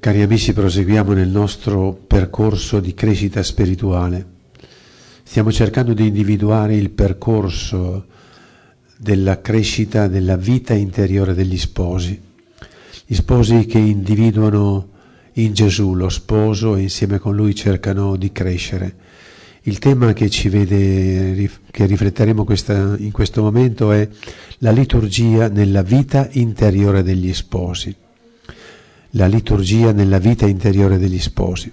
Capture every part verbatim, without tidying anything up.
Cari amici, proseguiamo nel nostro percorso di crescita spirituale. Stiamo cercando di individuare il percorso della crescita della vita interiore degli sposi. Gli sposi che individuano in Gesù lo sposo e insieme con lui cercano di crescere. Il tema che ci vede, che rifletteremo questa, in questo momento è la liturgia nella vita interiore degli sposi. La liturgia nella vita interiore degli sposi.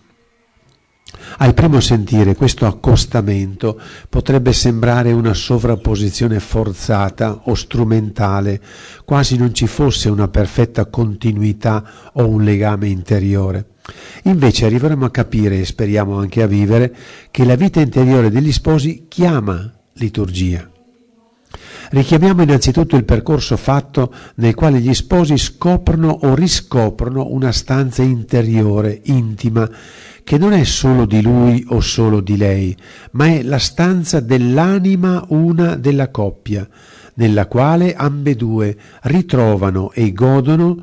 Al primo sentire questo accostamento potrebbe sembrare una sovrapposizione forzata o strumentale, quasi non ci fosse una perfetta continuità o un legame interiore. Invece arriveremo a capire, e speriamo anche a vivere, che la vita interiore degli sposi chiama liturgia. Richiamiamo innanzitutto il percorso fatto nel quale gli sposi scoprono o riscoprono una stanza interiore, intima, che non è solo di lui o solo di lei, ma è la stanza dell'anima una della coppia, nella quale ambedue ritrovano e godono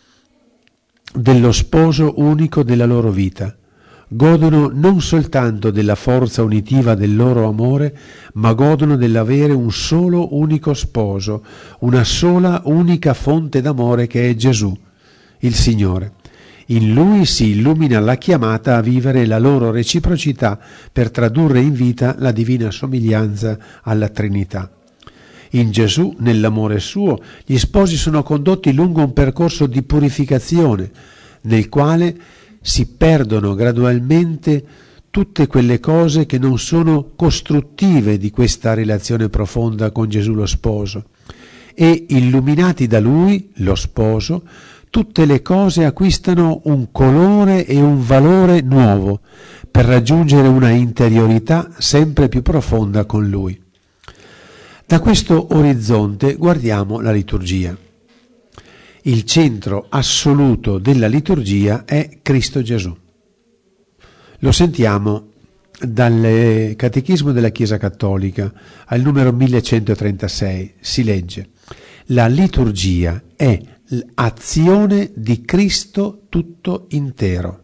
dello sposo unico della loro vita. Godono non soltanto della forza unitiva del loro amore, ma godono dell'avere un solo unico sposo, una sola unica fonte d'amore che è Gesù, il Signore. In Lui si illumina la chiamata a vivere la loro reciprocità per tradurre in vita la divina somiglianza alla Trinità. In Gesù, nell'amore suo, gli sposi sono condotti lungo un percorso di purificazione, nel quale si perdono gradualmente tutte quelle cose che non sono costruttive di questa relazione profonda con Gesù lo sposo, e illuminati da Lui, lo sposo, tutte le cose acquistano un colore e un valore nuovo per raggiungere una interiorità sempre più profonda con Lui. Da questo orizzonte guardiamo la liturgia. Il centro assoluto della liturgia è Cristo Gesù. Lo sentiamo dal Catechismo della Chiesa Cattolica, al numero millecentotrentasei. Si legge: la liturgia è l'azione di Cristo tutto intero.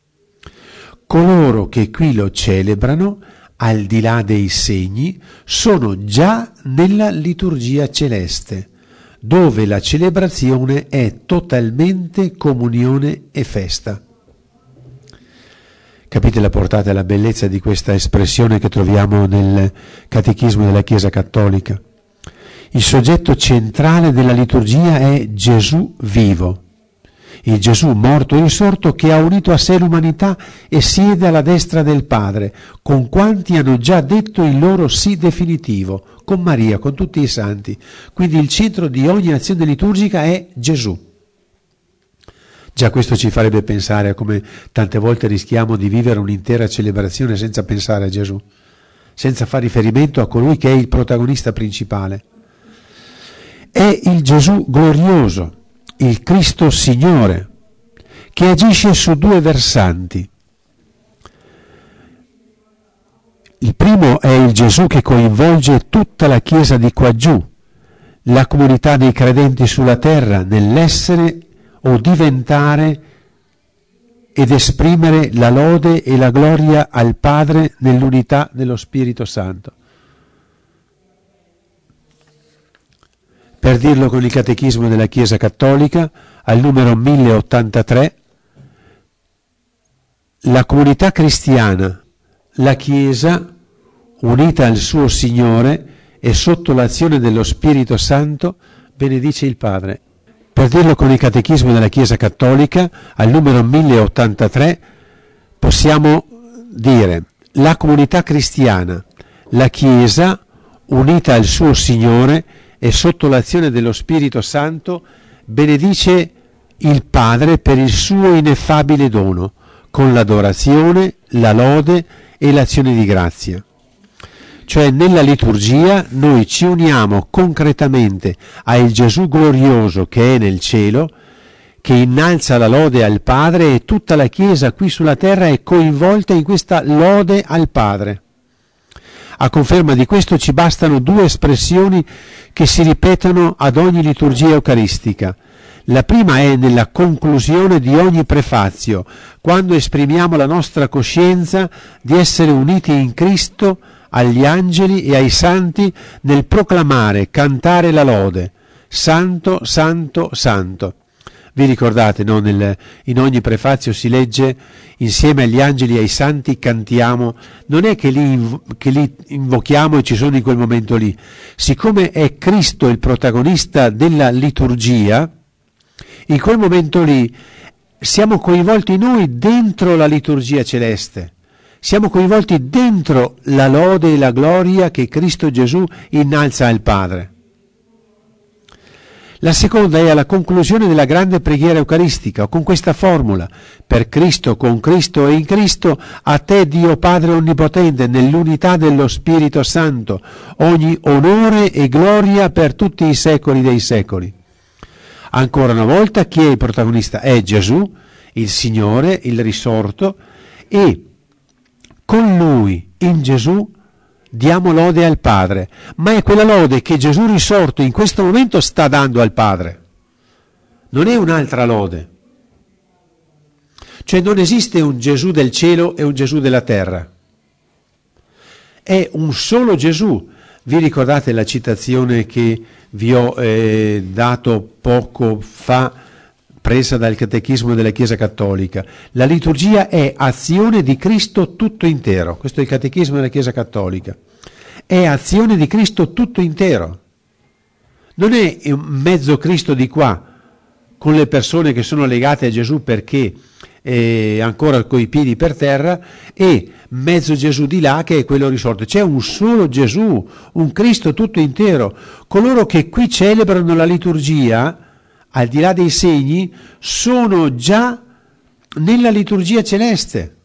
Coloro che qui lo celebrano, al di là dei segni, sono già nella liturgia celeste, dove la celebrazione è totalmente comunione e festa. Capite la portata e la bellezza di questa espressione che troviamo nel Catechismo della Chiesa Cattolica? Il soggetto centrale della liturgia è Gesù vivo, il Gesù morto e risorto che ha unito a sé l'umanità e siede alla destra del Padre, con quanti hanno già detto il loro sì definitivo, con Maria, con tutti i santi. Quindi il centro di ogni azione liturgica è Gesù. Già questo ci farebbe pensare a come tante volte rischiamo di vivere un'intera celebrazione senza pensare a Gesù, senza fare riferimento a colui che è il protagonista principale. È il Gesù glorioso, il Cristo Signore, che agisce su due versanti. Il primo è il Gesù che coinvolge tutta la Chiesa di quaggiù, la comunità dei credenti sulla terra, nell'essere o diventare ed esprimere la lode e la gloria al Padre nell'unità dello Spirito Santo. Per dirlo con il Catechismo della Chiesa Cattolica, al numero mille ottantatré, la comunità cristiana, la Chiesa, unita al suo Signore e sotto l'azione dello Spirito Santo, benedice il Padre. Per dirlo con il Catechismo della Chiesa Cattolica, al numero mille ottantatré, possiamo dire: la comunità cristiana, la Chiesa, unita al suo Signore e sotto l'azione dello Spirito Santo, benedice il Padre per il suo ineffabile dono, con l'adorazione, la lode e l'azione di grazia. Cioè nella liturgia noi ci uniamo concretamente al Gesù glorioso che è nel cielo, che innalza la lode al Padre, e tutta la Chiesa qui sulla terra è coinvolta in questa lode al Padre. A conferma di questo ci bastano due espressioni che si ripetono ad ogni liturgia eucaristica: La prima è nella conclusione di ogni prefazio, quando esprimiamo la nostra coscienza di essere uniti in Cristo agli angeli e ai santi nel proclamare, cantare la lode. Santo, santo, santo. Vi ricordate, no? Nel, in ogni prefazio si legge insieme agli angeli e ai santi cantiamo, non è che li, che li invochiamo e ci sono in quel momento lì. Siccome è Cristo il protagonista della liturgia, in quel momento lì siamo coinvolti noi dentro la liturgia celeste, siamo coinvolti dentro la lode e la gloria che Cristo Gesù innalza al Padre. La seconda è alla conclusione della grande preghiera eucaristica, con questa formula: per Cristo, con Cristo e in Cristo, a te Dio Padre Onnipotente, nell'unità dello Spirito Santo, ogni onore e gloria per tutti i secoli dei secoli. Ancora una volta, chi è il protagonista? È Gesù, il Signore, il risorto, e con Lui, in Gesù, diamo lode al Padre, ma è quella lode che Gesù risorto in questo momento sta dando al Padre. Non è un'altra lode. Cioè non esiste un Gesù del cielo e un Gesù della terra. È un solo Gesù. Vi ricordate la citazione che vi ho eh, dato poco fa, presa dal Catechismo della Chiesa Cattolica? La liturgia è azione di Cristo tutto intero. Questo è il Catechismo della Chiesa Cattolica. È azione di Cristo tutto intero. Non è un mezzo Cristo di qua, con le persone che sono legate a Gesù perché è ancora coi piedi per terra, e mezzo Gesù di là che è quello risorto. C'è un solo Gesù, un Cristo tutto intero. Coloro che qui celebrano la liturgia, al di là dei segni, sono già nella liturgia celeste.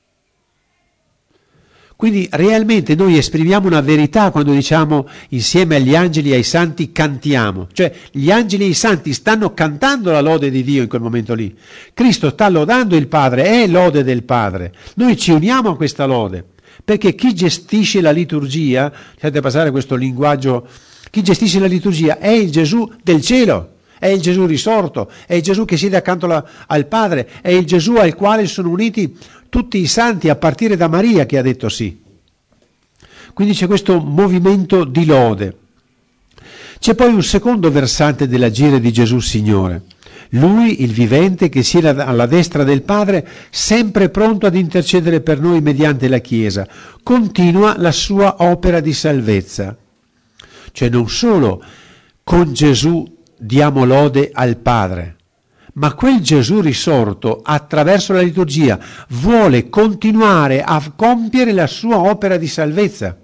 Quindi realmente noi esprimiamo una verità quando diciamo insieme agli angeli e ai santi cantiamo. Cioè gli angeli e i santi stanno cantando la lode di Dio in quel momento lì. Cristo sta lodando il Padre, è lode del Padre. Noi ci uniamo a questa lode, perché chi gestisce la liturgia, lasciate passare questo linguaggio, chi gestisce la liturgia è il Gesù del cielo. È il Gesù risorto, è il Gesù che siede accanto alla, al Padre, è il Gesù al quale sono uniti tutti i santi, a partire da Maria che ha detto sì. Quindi c'è questo movimento di lode. C'è poi un secondo versante dell'agire di Gesù Signore. Lui, il vivente, che siede alla destra del Padre, sempre pronto ad intercedere per noi mediante la Chiesa, continua la sua opera di salvezza. Cioè non solo con Gesù diamo lode al Padre, ma quel Gesù risorto attraverso la liturgia vuole continuare a compiere la sua opera di salvezza.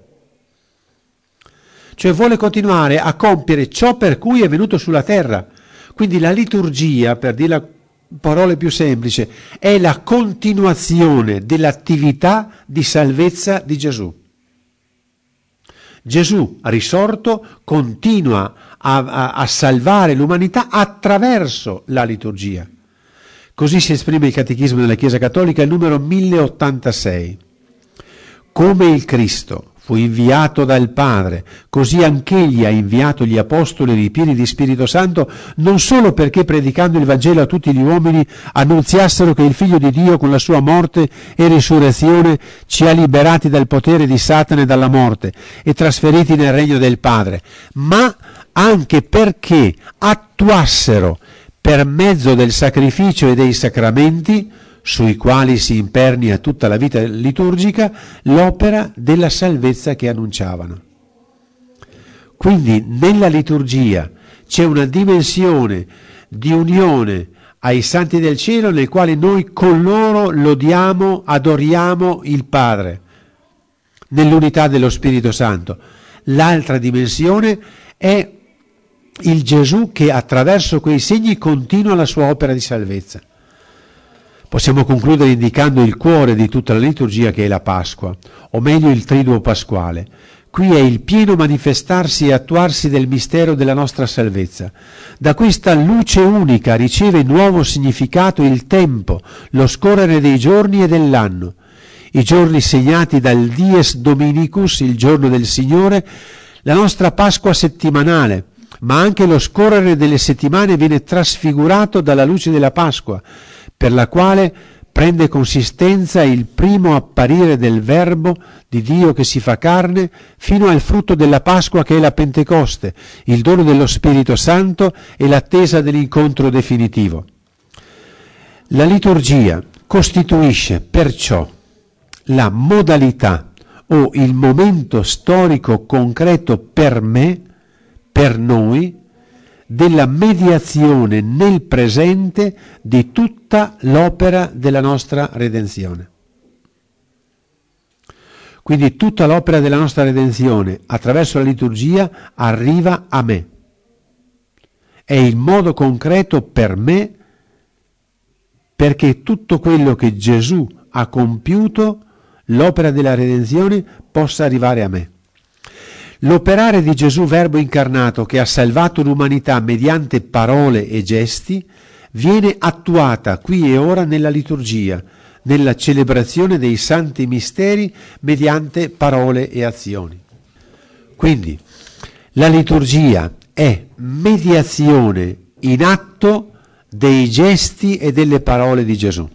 Cioè vuole continuare a compiere ciò per cui è venuto sulla terra. Quindi la liturgia, per dire la parola più semplice, è la continuazione dell'attività di salvezza di Gesù. Gesù risorto continua a, a, a salvare l'umanità attraverso la liturgia. Così si esprime il Catechismo della Chiesa Cattolica, il numero mille ottantasei. Come il Cristo fu inviato dal Padre, così anch'egli ha inviato gli apostoli ripieni di Spirito Santo, non solo perché predicando il Vangelo a tutti gli uomini annunziassero che il Figlio di Dio con la sua morte e risurrezione ci ha liberati dal potere di Satana e dalla morte e trasferiti nel regno del Padre, ma anche perché attuassero per mezzo del sacrificio e dei sacramenti, sui quali si impernia tutta la vita liturgica, l'opera della salvezza che annunciavano. Quindi nella liturgia c'è una dimensione di unione ai santi del cielo nel quale noi con loro lodiamo, adoriamo il Padre, nell'unità dello Spirito Santo. L'altra dimensione è il Gesù che attraverso quei segni continua la sua opera di salvezza. Possiamo concludere indicando il cuore di tutta la liturgia, che è la Pasqua, o meglio il Triduo Pasquale. Qui è il pieno manifestarsi e attuarsi del mistero della nostra salvezza. Da questa luce unica riceve nuovo significato il tempo, lo scorrere dei giorni e dell'anno. I giorni segnati dal Dies Dominicus, il giorno del Signore, la nostra Pasqua settimanale, ma anche lo scorrere delle settimane viene trasfigurato dalla luce della Pasqua, per la quale prende consistenza il primo apparire del Verbo di Dio che si fa carne, fino al frutto della Pasqua che è la Pentecoste, il dono dello Spirito Santo e l'attesa dell'incontro definitivo. La liturgia costituisce perciò la modalità o il momento storico concreto per me, per noi, della mediazione nel presente di tutta l'opera della nostra redenzione. Quindi tutta l'opera della nostra redenzione attraverso la liturgia arriva a me. È il modo concreto per me perché tutto quello che Gesù ha compiuto, l'opera della redenzione, possa arrivare a me. L'operare di Gesù Verbo incarnato che ha salvato l'umanità mediante parole e gesti viene attuata qui e ora nella liturgia, nella celebrazione dei santi misteri mediante parole e azioni. Quindi la liturgia è mediazione in atto dei gesti e delle parole di Gesù.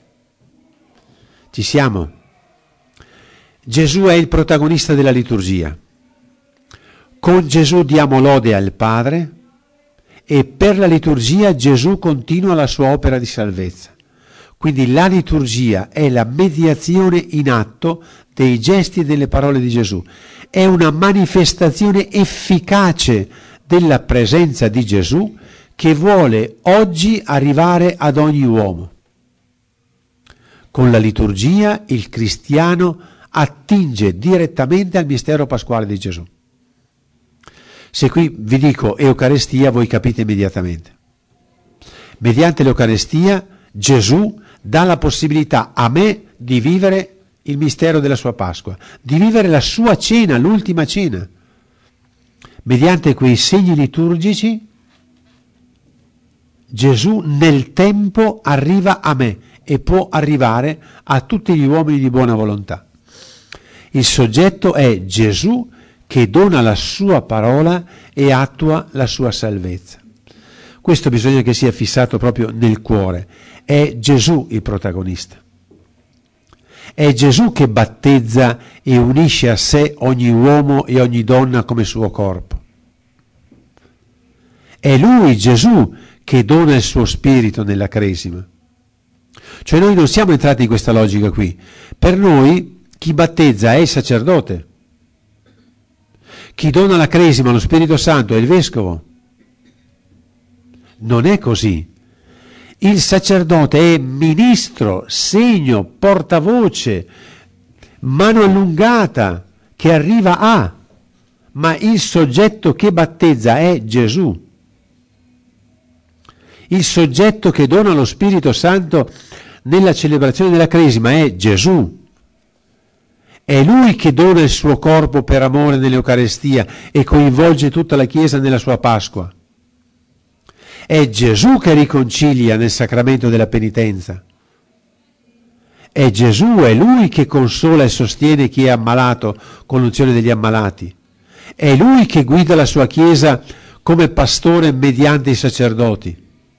Ci siamo? Gesù è il protagonista della liturgia. Con Gesù diamo lode al Padre e per la liturgia Gesù continua la sua opera di salvezza. Quindi la liturgia è la mediazione in atto dei gesti e delle parole di Gesù. È una manifestazione efficace della presenza di Gesù che vuole oggi arrivare ad ogni uomo. Con la liturgia il cristiano attinge direttamente al mistero pasquale di Gesù. Se qui vi dico Eucaristia, voi capite immediatamente. Mediante l'Eucaristia Gesù dà la possibilità a me di vivere il mistero della sua Pasqua, di vivere la sua cena, l'ultima cena. Mediante quei segni liturgici Gesù nel tempo arriva a me e può arrivare a tutti gli uomini di buona volontà. Il soggetto è Gesù che dona la sua parola e attua la sua salvezza. Questo bisogna che sia fissato proprio nel cuore. È Gesù il protagonista. È Gesù che battezza e unisce a sé ogni uomo e ogni donna come suo corpo. È Lui, Gesù, che dona il suo spirito nella cresima. Cioè noi non siamo entrati in questa logica qui. Per noi chi battezza è il sacerdote. Chi dona la cresima allo Spirito Santo è il vescovo. Non è così. Il sacerdote è ministro, segno, portavoce, mano allungata che arriva a, ma il soggetto che battezza è Gesù. Il soggetto che dona lo Spirito Santo nella celebrazione della cresima è Gesù. È Lui che dona il suo corpo per amore nell'Eucaristia e coinvolge tutta la Chiesa nella sua Pasqua. È Gesù che riconcilia nel sacramento della penitenza. È Gesù, è Lui che consola e sostiene chi è ammalato con l'unzione degli ammalati. È Lui che guida la sua Chiesa come pastore mediante i sacerdoti.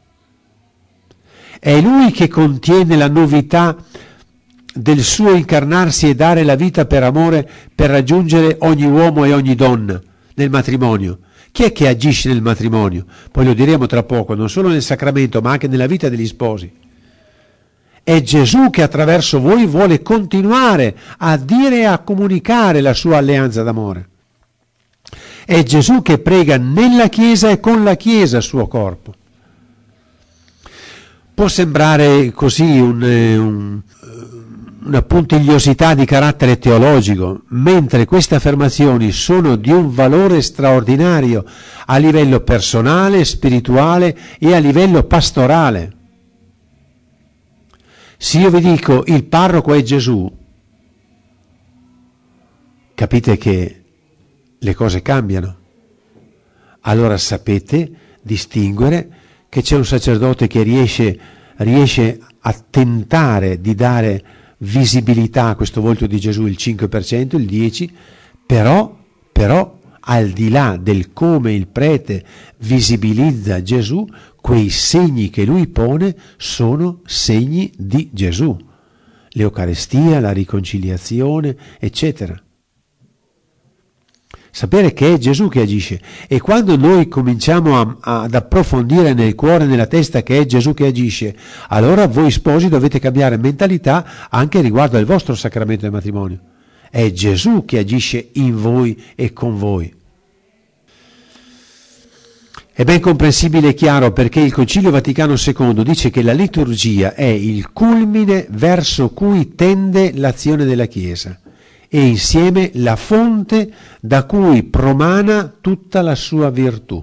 È Lui che contiene la novità del suo incarnarsi e dare la vita per amore per raggiungere ogni uomo e ogni donna nel matrimonio. Chi è che agisce nel matrimonio? Poi lo diremo tra poco, non solo nel sacramento ma anche nella vita degli sposi. È Gesù che attraverso voi vuole continuare a dire e a comunicare la sua alleanza d'amore. È Gesù che prega nella Chiesa e con la Chiesa il suo corpo. Può sembrare così un, un, una puntigliosità di carattere teologico, mentre queste affermazioni sono di un valore straordinario a livello personale, spirituale e a livello pastorale. Se io vi dico il parroco è Gesù, capite che le cose cambiano. Allora sapete distinguere che c'è un sacerdote che riesce, riesce a tentare di dare visibilità a questo volto di Gesù, il cinque per cento, il dieci per cento, però, però al di là del come il prete visibilizza Gesù, quei segni che lui pone sono segni di Gesù. L'Eucarestia, la riconciliazione, eccetera. Sapere che è Gesù che agisce. E quando noi cominciamo a, a, ad approfondire nel cuore e nella testa che è Gesù che agisce, allora voi sposi dovete cambiare mentalità anche riguardo al vostro sacramento del matrimonio. È Gesù che agisce in voi e con voi. È ben comprensibile e chiaro perché il Concilio Vaticano secondo dice che la liturgia è il culmine verso cui tende l'azione della Chiesa e insieme la fonte da cui promana tutta la sua virtù.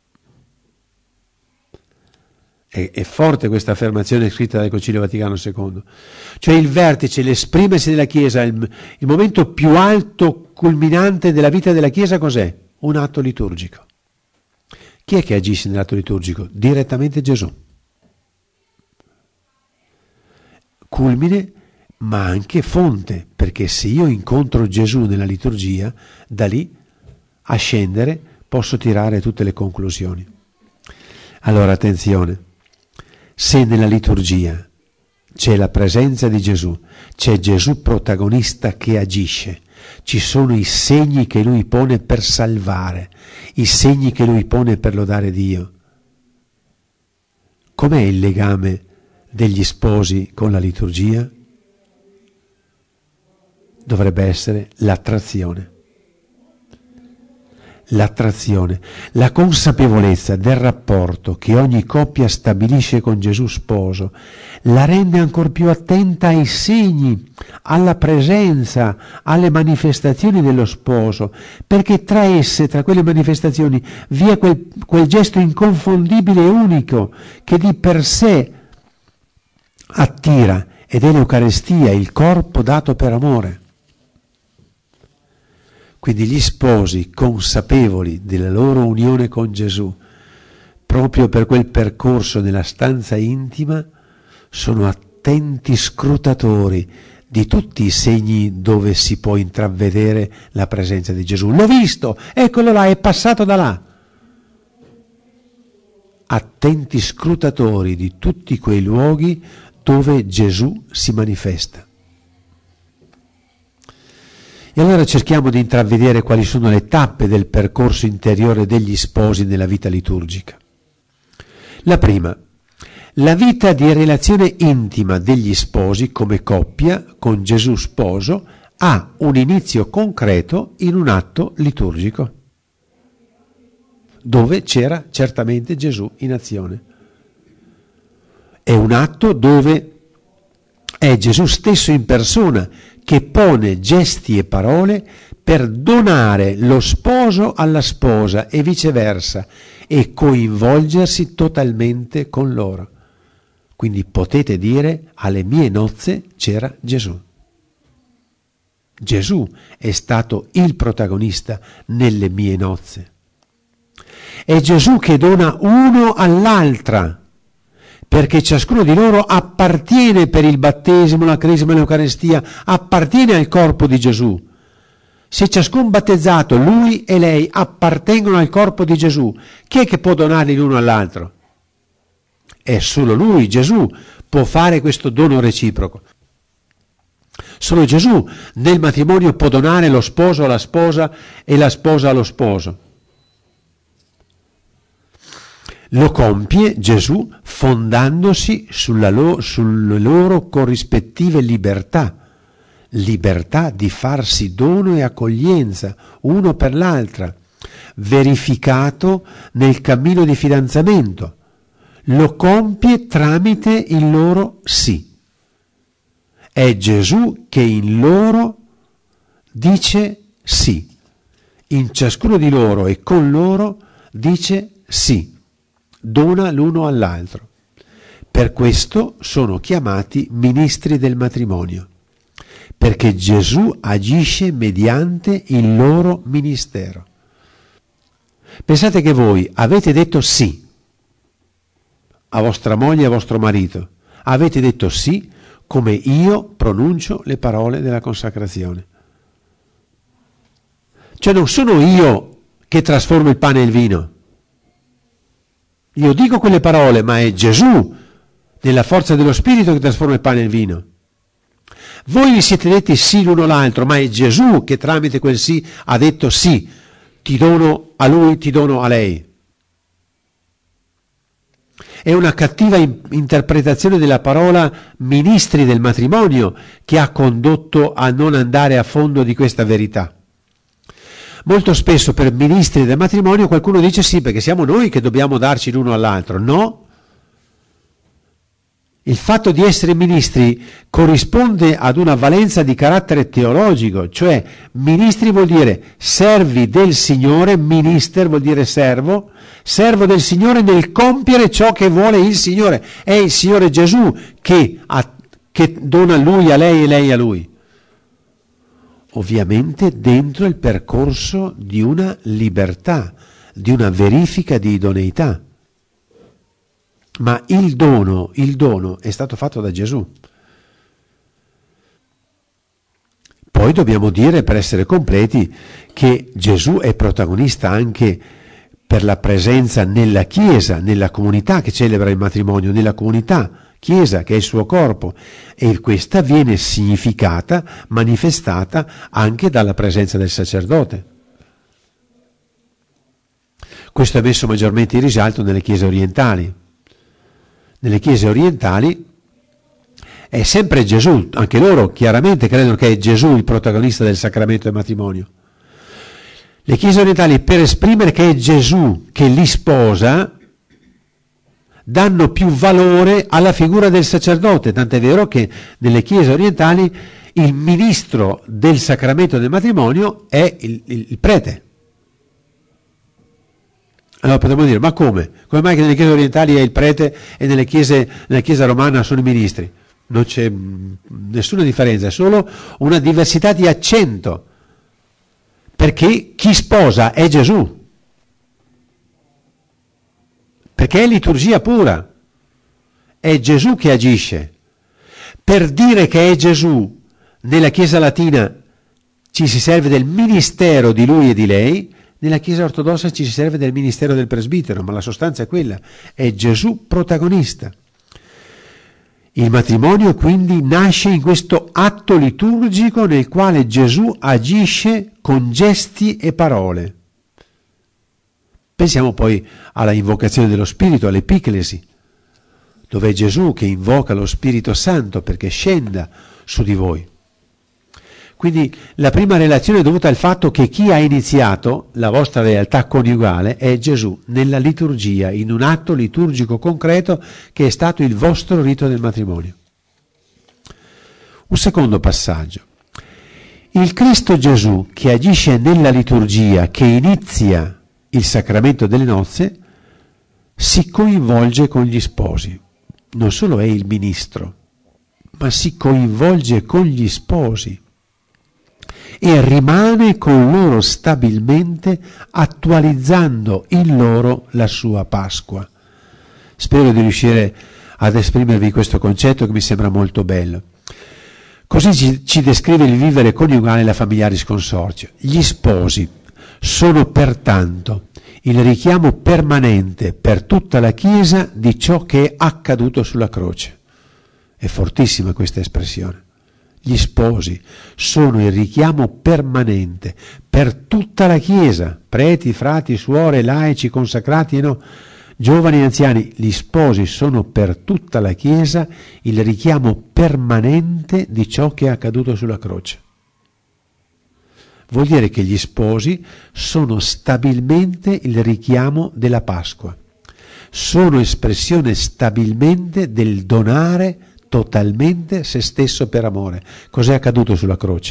È, è forte questa affermazione scritta dal Concilio Vaticano secondo. Cioè il vertice, l'esprimersi della Chiesa, il, il momento più alto, culminante della vita della Chiesa cos'è? Un atto liturgico. Chi è che agisce nell'atto liturgico? Direttamente Gesù. Culmine, ma anche fonte, perché se io incontro Gesù nella liturgia, da lì a scendere posso tirare tutte le conclusioni. Allora attenzione, se nella liturgia c'è la presenza di Gesù, c'è Gesù protagonista che agisce, ci sono i segni che lui pone per salvare, i segni che lui pone per lodare Dio. Com'è il legame degli sposi con la liturgia? Dovrebbe essere l'attrazione. L'attrazione, la consapevolezza del rapporto che ogni coppia stabilisce con Gesù sposo, la rende ancor più attenta ai segni, alla presenza, alle manifestazioni dello sposo, perché tra esse, tra quelle manifestazioni, vi è quel, quel gesto inconfondibile e unico che di per sé attira, ed è l'Eucarestia, il corpo dato per amore. Quindi gli sposi, consapevoli della loro unione con Gesù, proprio per quel percorso nella stanza intima, sono attenti scrutatori di tutti i segni dove si può intravedere la presenza di Gesù. L'ho visto, eccolo là, è passato da là. Attenti scrutatori di tutti quei luoghi dove Gesù si manifesta. E allora cerchiamo di intravedere quali sono le tappe del percorso interiore degli sposi nella vita liturgica. La prima, la vita di relazione intima degli sposi come coppia con Gesù sposo ha un inizio concreto in un atto liturgico, dove c'era certamente Gesù in azione. È un atto dove è Gesù stesso in persona che pone gesti e parole per donare lo sposo alla sposa e viceversa e coinvolgersi totalmente con loro. Quindi potete dire: alle mie nozze c'era Gesù. Gesù è stato il protagonista nelle mie nozze. È Gesù che dona uno all'altra, perché ciascuno di loro appartiene per il battesimo, la crisma e l'Eucarestia, appartiene al corpo di Gesù. Se ciascun battezzato, lui e lei, appartengono al corpo di Gesù, chi è che può donarli l'uno all'altro? È solo lui, Gesù, può fare questo dono reciproco. Solo Gesù nel matrimonio può donare lo sposo alla sposa e la sposa allo sposo. Lo compie Gesù fondandosi sulla lo, sulle loro corrispettive libertà, libertà di farsi dono e accoglienza uno per l'altra, verificato nel cammino di fidanzamento. Lo compie tramite il loro sì. È Gesù che in loro dice sì. In ciascuno di loro e con loro dice sì. Dona l'uno all'altro. Per questo sono chiamati ministri del matrimonio, perché Gesù agisce mediante il loro ministero. Pensate che voi avete detto sì a vostra moglie e a vostro marito, avete detto sì come io pronuncio le parole della consacrazione. Cioè non sono io che trasforma il pane e il vino. Io dico quelle parole, ma è Gesù, nella forza dello Spirito, che trasforma il pane e il vino. Voi vi siete detti sì l'uno all'altro, ma è Gesù che tramite quel sì ha detto sì, ti dono a lui, ti dono a lei. È una cattiva in- interpretazione della parola ministri del matrimonio che ha condotto a non andare a fondo di questa verità. Molto spesso per ministri del matrimonio qualcuno dice sì, perché siamo noi che dobbiamo darci l'uno all'altro. No. Il fatto di essere ministri corrisponde ad una valenza di carattere teologico, cioè ministri vuol dire servi del Signore, minister vuol dire servo, servo del Signore nel compiere ciò che vuole il Signore. È il Signore Gesù che, ha, che dona lui a lei e lei a lui. Ovviamente dentro il percorso di una libertà, di una verifica di idoneità. Ma il dono, il dono è stato fatto da Gesù. Poi dobbiamo dire, per essere completi, che Gesù è protagonista anche per la presenza nella Chiesa, nella comunità che celebra il matrimonio, nella comunità, Chiesa, che è il suo corpo, e questa viene significata, manifestata anche dalla presenza del sacerdote. Questo è messo maggiormente in risalto nelle chiese orientali. Nelle chiese orientali è sempre Gesù, anche loro chiaramente credono che è Gesù il protagonista del sacramento del matrimonio. Le chiese orientali, per esprimere che è Gesù che li sposa, danno più valore alla figura del sacerdote, tant'è vero che nelle chiese orientali il ministro del sacramento del matrimonio è il, il, il prete. Allora potremmo dire, ma come? Come mai che nelle chiese orientali è il prete e nelle chiese, nella chiesa romana sono i ministri? Non c'è nessuna differenza, è solo una diversità di accento, perché chi sposa è Gesù, perché è liturgia pura, è Gesù che agisce. Per dire che è Gesù, nella Chiesa latina ci si serve del ministero di lui e di lei, nella Chiesa ortodossa ci si serve del ministero del presbitero, ma la sostanza è quella, è Gesù protagonista. Il matrimonio quindi nasce in questo atto liturgico nel quale Gesù agisce con gesti e parole. Pensiamo poi alla invocazione dello Spirito, all'Epiclesi, dove è Gesù che invoca lo Spirito Santo perché scenda su di voi. Quindi la prima relazione è dovuta al fatto che chi ha iniziato la vostra realtà coniugale è Gesù nella liturgia, in un atto liturgico concreto che è stato il vostro rito del matrimonio. Un secondo passaggio. Il Cristo Gesù che agisce nella liturgia, che inizia il sacramento delle nozze, si coinvolge con gli sposi. Non solo è il ministro, ma si coinvolge con gli sposi e rimane con loro stabilmente, attualizzando in loro la sua Pasqua. Spero di riuscire ad esprimervi questo concetto che mi sembra molto bello. Così ci, ci descrive il vivere coniugale e la familiaris consortio. Gli sposi sono pertanto il richiamo permanente per tutta la Chiesa di ciò che è accaduto sulla croce. È fortissima questa espressione. Gli sposi sono il richiamo permanente per tutta la Chiesa, preti, frati, suore, laici, consacrati e no, giovani e anziani. Gli sposi sono per tutta la Chiesa il richiamo permanente di ciò che è accaduto sulla croce. Vuol dire che gli sposi sono stabilmente il richiamo della Pasqua, sono espressione stabilmente del donare totalmente se stesso per amore. Cos'è accaduto sulla croce?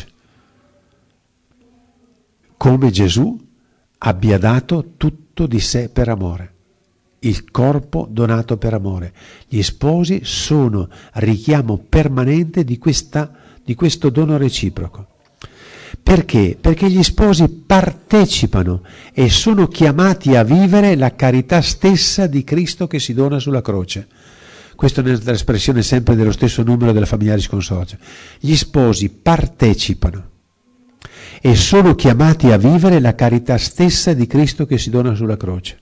Come Gesù abbia dato tutto di sé per amore, il corpo donato per amore. Gli sposi sono richiamo permanente di, questa, di questo dono reciproco. Perché? Perché gli sposi partecipano e sono chiamati a vivere la carità stessa di Cristo che si dona sulla croce. Questa è un'espressione sempre dello stesso numero della familiaris consortio. Gli sposi partecipano e sono chiamati a vivere la carità stessa di Cristo che si dona sulla croce.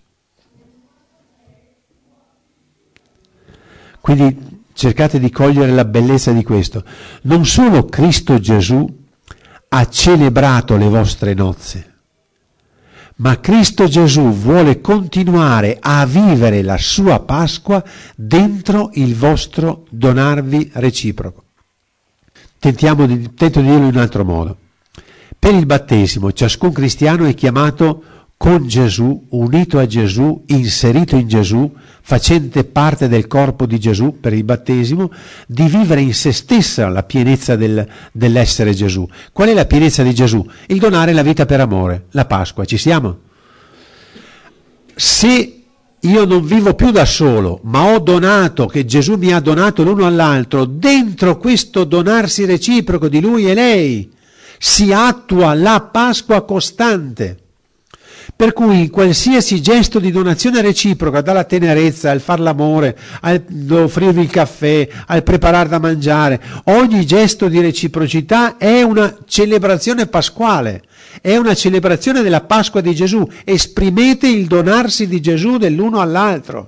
Quindi cercate di cogliere la bellezza di questo. Non solo Cristo Gesù ha celebrato le vostre nozze, ma Cristo Gesù vuole continuare a vivere la sua Pasqua dentro il vostro donarvi reciproco. Tentiamo di, tento di dirlo in un altro modo. Per il battesimo ciascun cristiano è chiamato con Gesù, unito a Gesù, inserito in Gesù, facente parte del corpo di Gesù per il battesimo, di vivere in se stessa la pienezza del, dell'essere Gesù. Qual è la pienezza di Gesù? Il donare la vita per amore, la Pasqua, ci siamo? Se io non vivo più da solo, ma ho donato, che Gesù mi ha donato l'uno all'altro, dentro questo donarsi reciproco di lui e lei si attua la Pasqua costante. Per cui in qualsiasi gesto di donazione reciproca, dalla tenerezza al far l'amore, al offrirvi il caffè, al preparare da mangiare, ogni gesto di reciprocità è una celebrazione pasquale, è una celebrazione della Pasqua di Gesù. Esprimete il donarsi di Gesù dell'uno all'altro,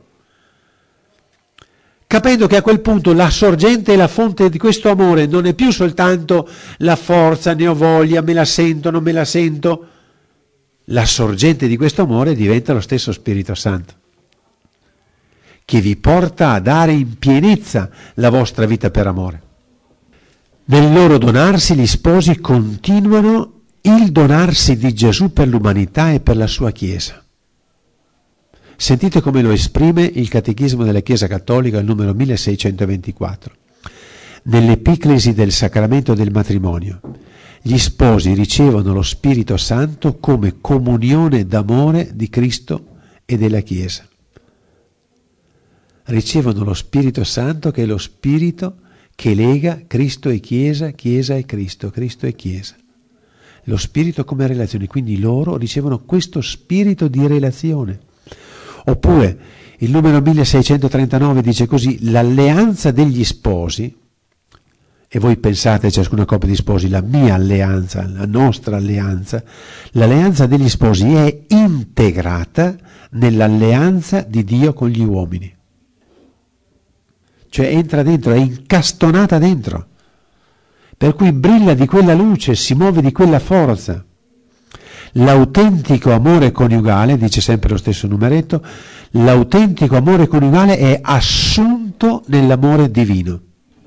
capendo che a quel punto la sorgente e la fonte di questo amore non è più soltanto la forza, ne ho voglia, me la sento, non me la sento. La sorgente di questo amore diventa lo stesso Spirito Santo, che vi porta a dare in pienezza la vostra vita per amore. Nel loro donarsi gli sposi continuano il donarsi di Gesù per l'umanità e per la sua Chiesa. Sentite come lo esprime il Catechismo della Chiesa Cattolica, il numero milleseicentoventiquattro. Nell'Epiclesi del Sacramento del Matrimonio, gli sposi ricevono lo Spirito Santo come comunione d'amore di Cristo e della Chiesa. Ricevono lo Spirito Santo, che è lo Spirito che lega Cristo e Chiesa, Chiesa e Cristo, Cristo e Chiesa. Lo Spirito come relazione, quindi loro ricevono questo spirito di relazione. Oppure il numero milleseicentotrentanove dice così: l'alleanza degli sposi, e voi pensate ciascuna coppia di sposi, la mia alleanza, la nostra alleanza, l'alleanza degli sposi è integrata nell'alleanza di Dio con gli uomini. Cioè entra dentro, è incastonata dentro, per cui brilla di quella luce, si muove di quella forza. L'autentico amore coniugale, dice sempre lo stesso numeretto, l'autentico amore coniugale è assunto nell'amore divino.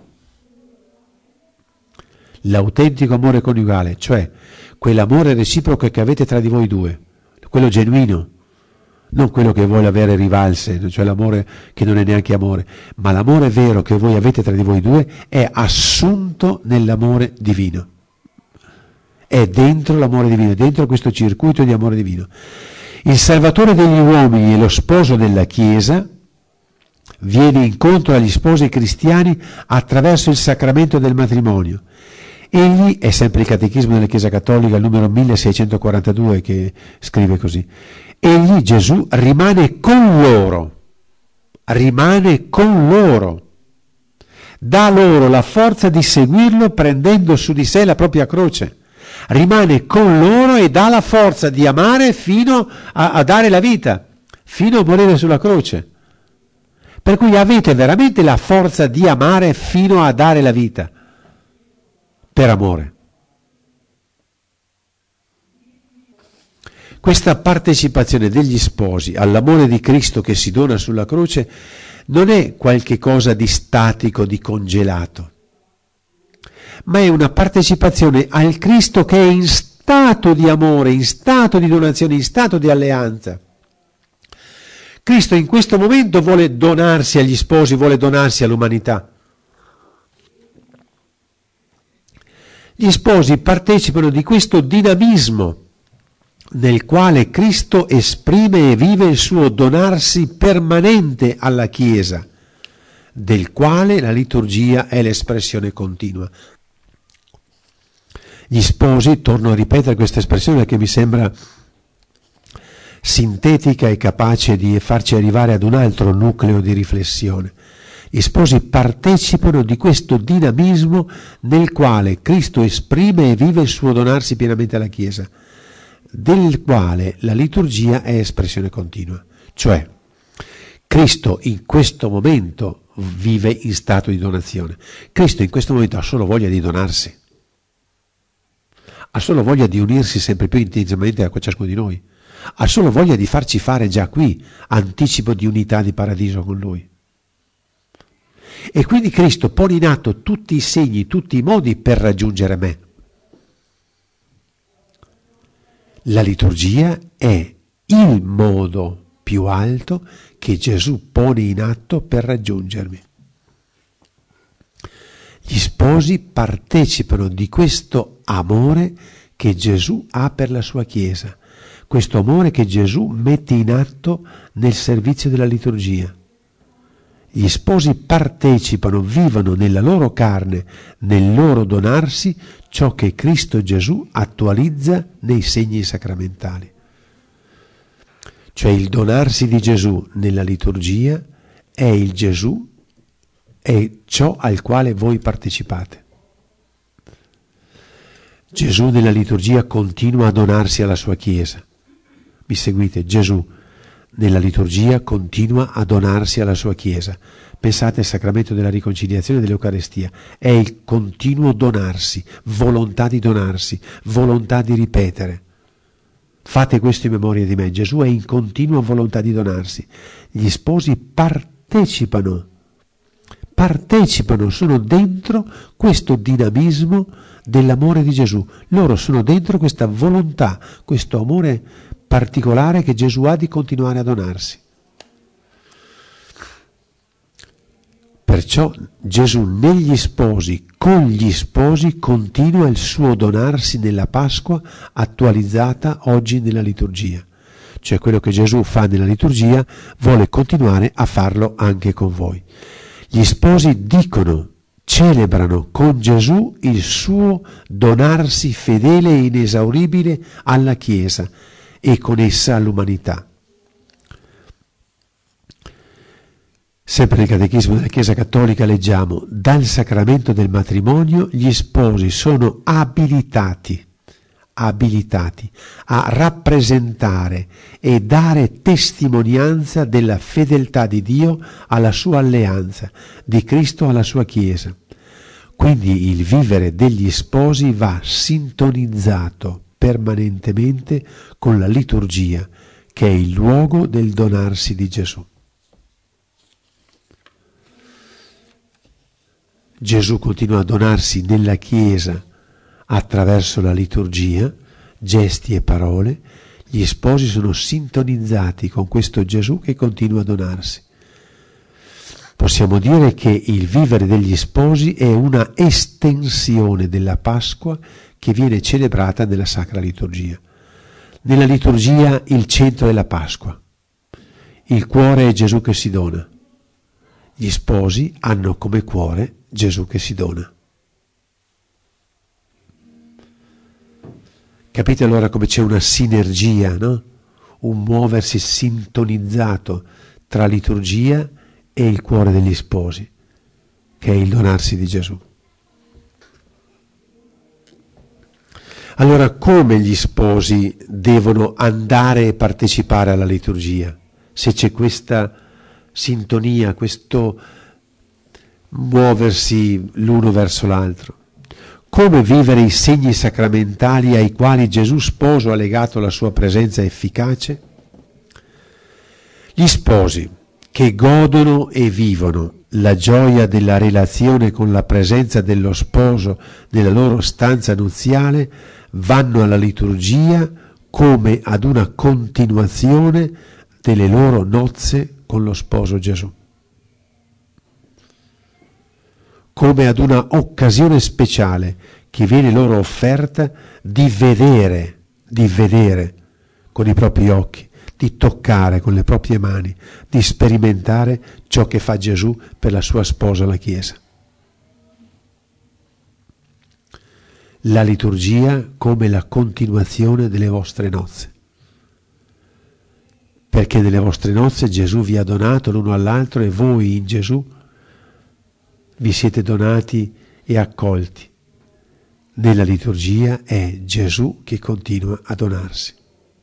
L'autentico amore coniugale, cioè quell'amore reciproco che avete tra di voi due, quello genuino, non quello che vuole avere rivalse, cioè l'amore che non è neanche amore, ma l'amore vero che voi avete tra di voi due è assunto nell'amore divino, è dentro l'amore divino, è dentro questo circuito di amore divino. Il Salvatore degli uomini e lo sposo della Chiesa viene incontro agli sposi cristiani attraverso il sacramento del matrimonio. Egli, è sempre il Catechismo della Chiesa Cattolica, il numero milleseicentoquarantadue, che scrive così: egli, Gesù, rimane con loro, rimane con loro, dà loro la forza di seguirlo prendendo su di sé la propria croce, rimane con loro e dà la forza di amare fino a, a dare la vita, fino a morire sulla croce. Per cui avete veramente la forza di amare fino a dare la vita, per amore. Questa partecipazione degli sposi all'amore di Cristo che si dona sulla croce non è qualche cosa di statico, di congelato, ma è una partecipazione al Cristo che è in stato di amore, in stato di donazione, in stato di alleanza. Cristo in questo momento vuole donarsi agli sposi, vuole donarsi all'umanità. Gli sposi partecipano di questo dinamismo nel quale Cristo esprime e vive il suo donarsi permanente alla Chiesa, del quale la liturgia è l'espressione continua. Gli sposi, torno a ripetere questa espressione che mi sembra sintetica e capace di farci arrivare ad un altro nucleo di riflessione. Gli sposi partecipano di questo dinamismo nel quale Cristo esprime e vive il suo donarsi pienamente alla Chiesa, del quale la liturgia è espressione continua. Cioè, Cristo in questo momento vive in stato di donazione. Cristo in questo momento ha solo voglia di donarsi, ha solo voglia di unirsi sempre più intensamente a ciascuno di noi, ha solo voglia di farci fare già qui anticipo di unità di paradiso con Lui. E quindi Cristo pone in atto tutti i segni, tutti i modi per raggiungere me. La liturgia è il modo più alto che Gesù pone in atto per raggiungermi. Gli sposi partecipano di questo amore che Gesù ha per la sua Chiesa, questo amore che Gesù mette in atto nel servizio della liturgia. Gli sposi partecipano, vivono nella loro carne, nel loro donarsi, ciò che Cristo Gesù attualizza nei segni sacramentali. Cioè il donarsi di Gesù nella liturgia è il Gesù, è ciò al quale voi partecipate. Gesù nella liturgia continua a donarsi alla sua Chiesa. Mi seguite? Gesù nella liturgia continua a donarsi alla sua Chiesa. Pensate al sacramento della riconciliazione e dell'Eucarestia. È il continuo donarsi, volontà di donarsi, volontà di ripetere. Fate questo in memoria di me. Gesù è in continua volontà di donarsi. Gli sposi partecipano, partecipano, sono dentro questo dinamismo dell'amore di Gesù. Loro sono dentro questa volontà, questo amore particolare che Gesù ha di continuare a donarsi. Perciò Gesù negli sposi, con gli sposi, continua il suo donarsi nella Pasqua attualizzata oggi nella liturgia. Cioè quello che Gesù fa nella liturgia vuole continuare a farlo anche con voi. Gli sposi dicono, celebrano con Gesù il suo donarsi fedele e inesauribile alla Chiesa e con essa all'umanità. Sempre nel Catechismo della Chiesa Cattolica leggiamo: dal sacramento del matrimonio gli sposi sono abilitati, abilitati a rappresentare e dare testimonianza della fedeltà di Dio alla sua alleanza, di Cristo alla sua Chiesa. Quindi il vivere degli sposi va sintonizzato permanentemente con la liturgia, che è il luogo del donarsi di Gesù. Gesù continua a donarsi nella Chiesa attraverso la liturgia, gesti e parole. Gli sposi sono sintonizzati con questo Gesù che continua a donarsi. Possiamo dire che il vivere degli sposi è una estensione della Pasqua che viene celebrata nella Sacra Liturgia. Nella liturgia il centro è la Pasqua, il cuore è Gesù che si dona. Gli sposi hanno come cuore Gesù che si dona. Capite allora come c'è una sinergia, no? Un muoversi sintonizzato tra liturgia e il cuore degli sposi, che è il donarsi di Gesù. Allora, come gli sposi devono andare e partecipare alla liturgia? Se c'è questa sintonia, questo muoversi l'uno verso l'altro. Come vivere i segni sacramentali ai quali Gesù sposo ha legato la sua presenza efficace? Gli sposi che godono e vivono la gioia della relazione con la presenza dello sposo nella loro stanza nuziale vanno alla liturgia come ad una continuazione delle loro nozze con lo sposo Gesù, come ad una occasione speciale che viene loro offerta di vedere, di vedere con i propri occhi, di toccare con le proprie mani, di sperimentare ciò che fa Gesù per la sua sposa, la Chiesa. La liturgia come la continuazione delle vostre nozze, perché nelle vostre nozze Gesù vi ha donato l'uno all'altro e voi in Gesù vi siete donati e accolti. Nella liturgia è Gesù che continua a donarsi.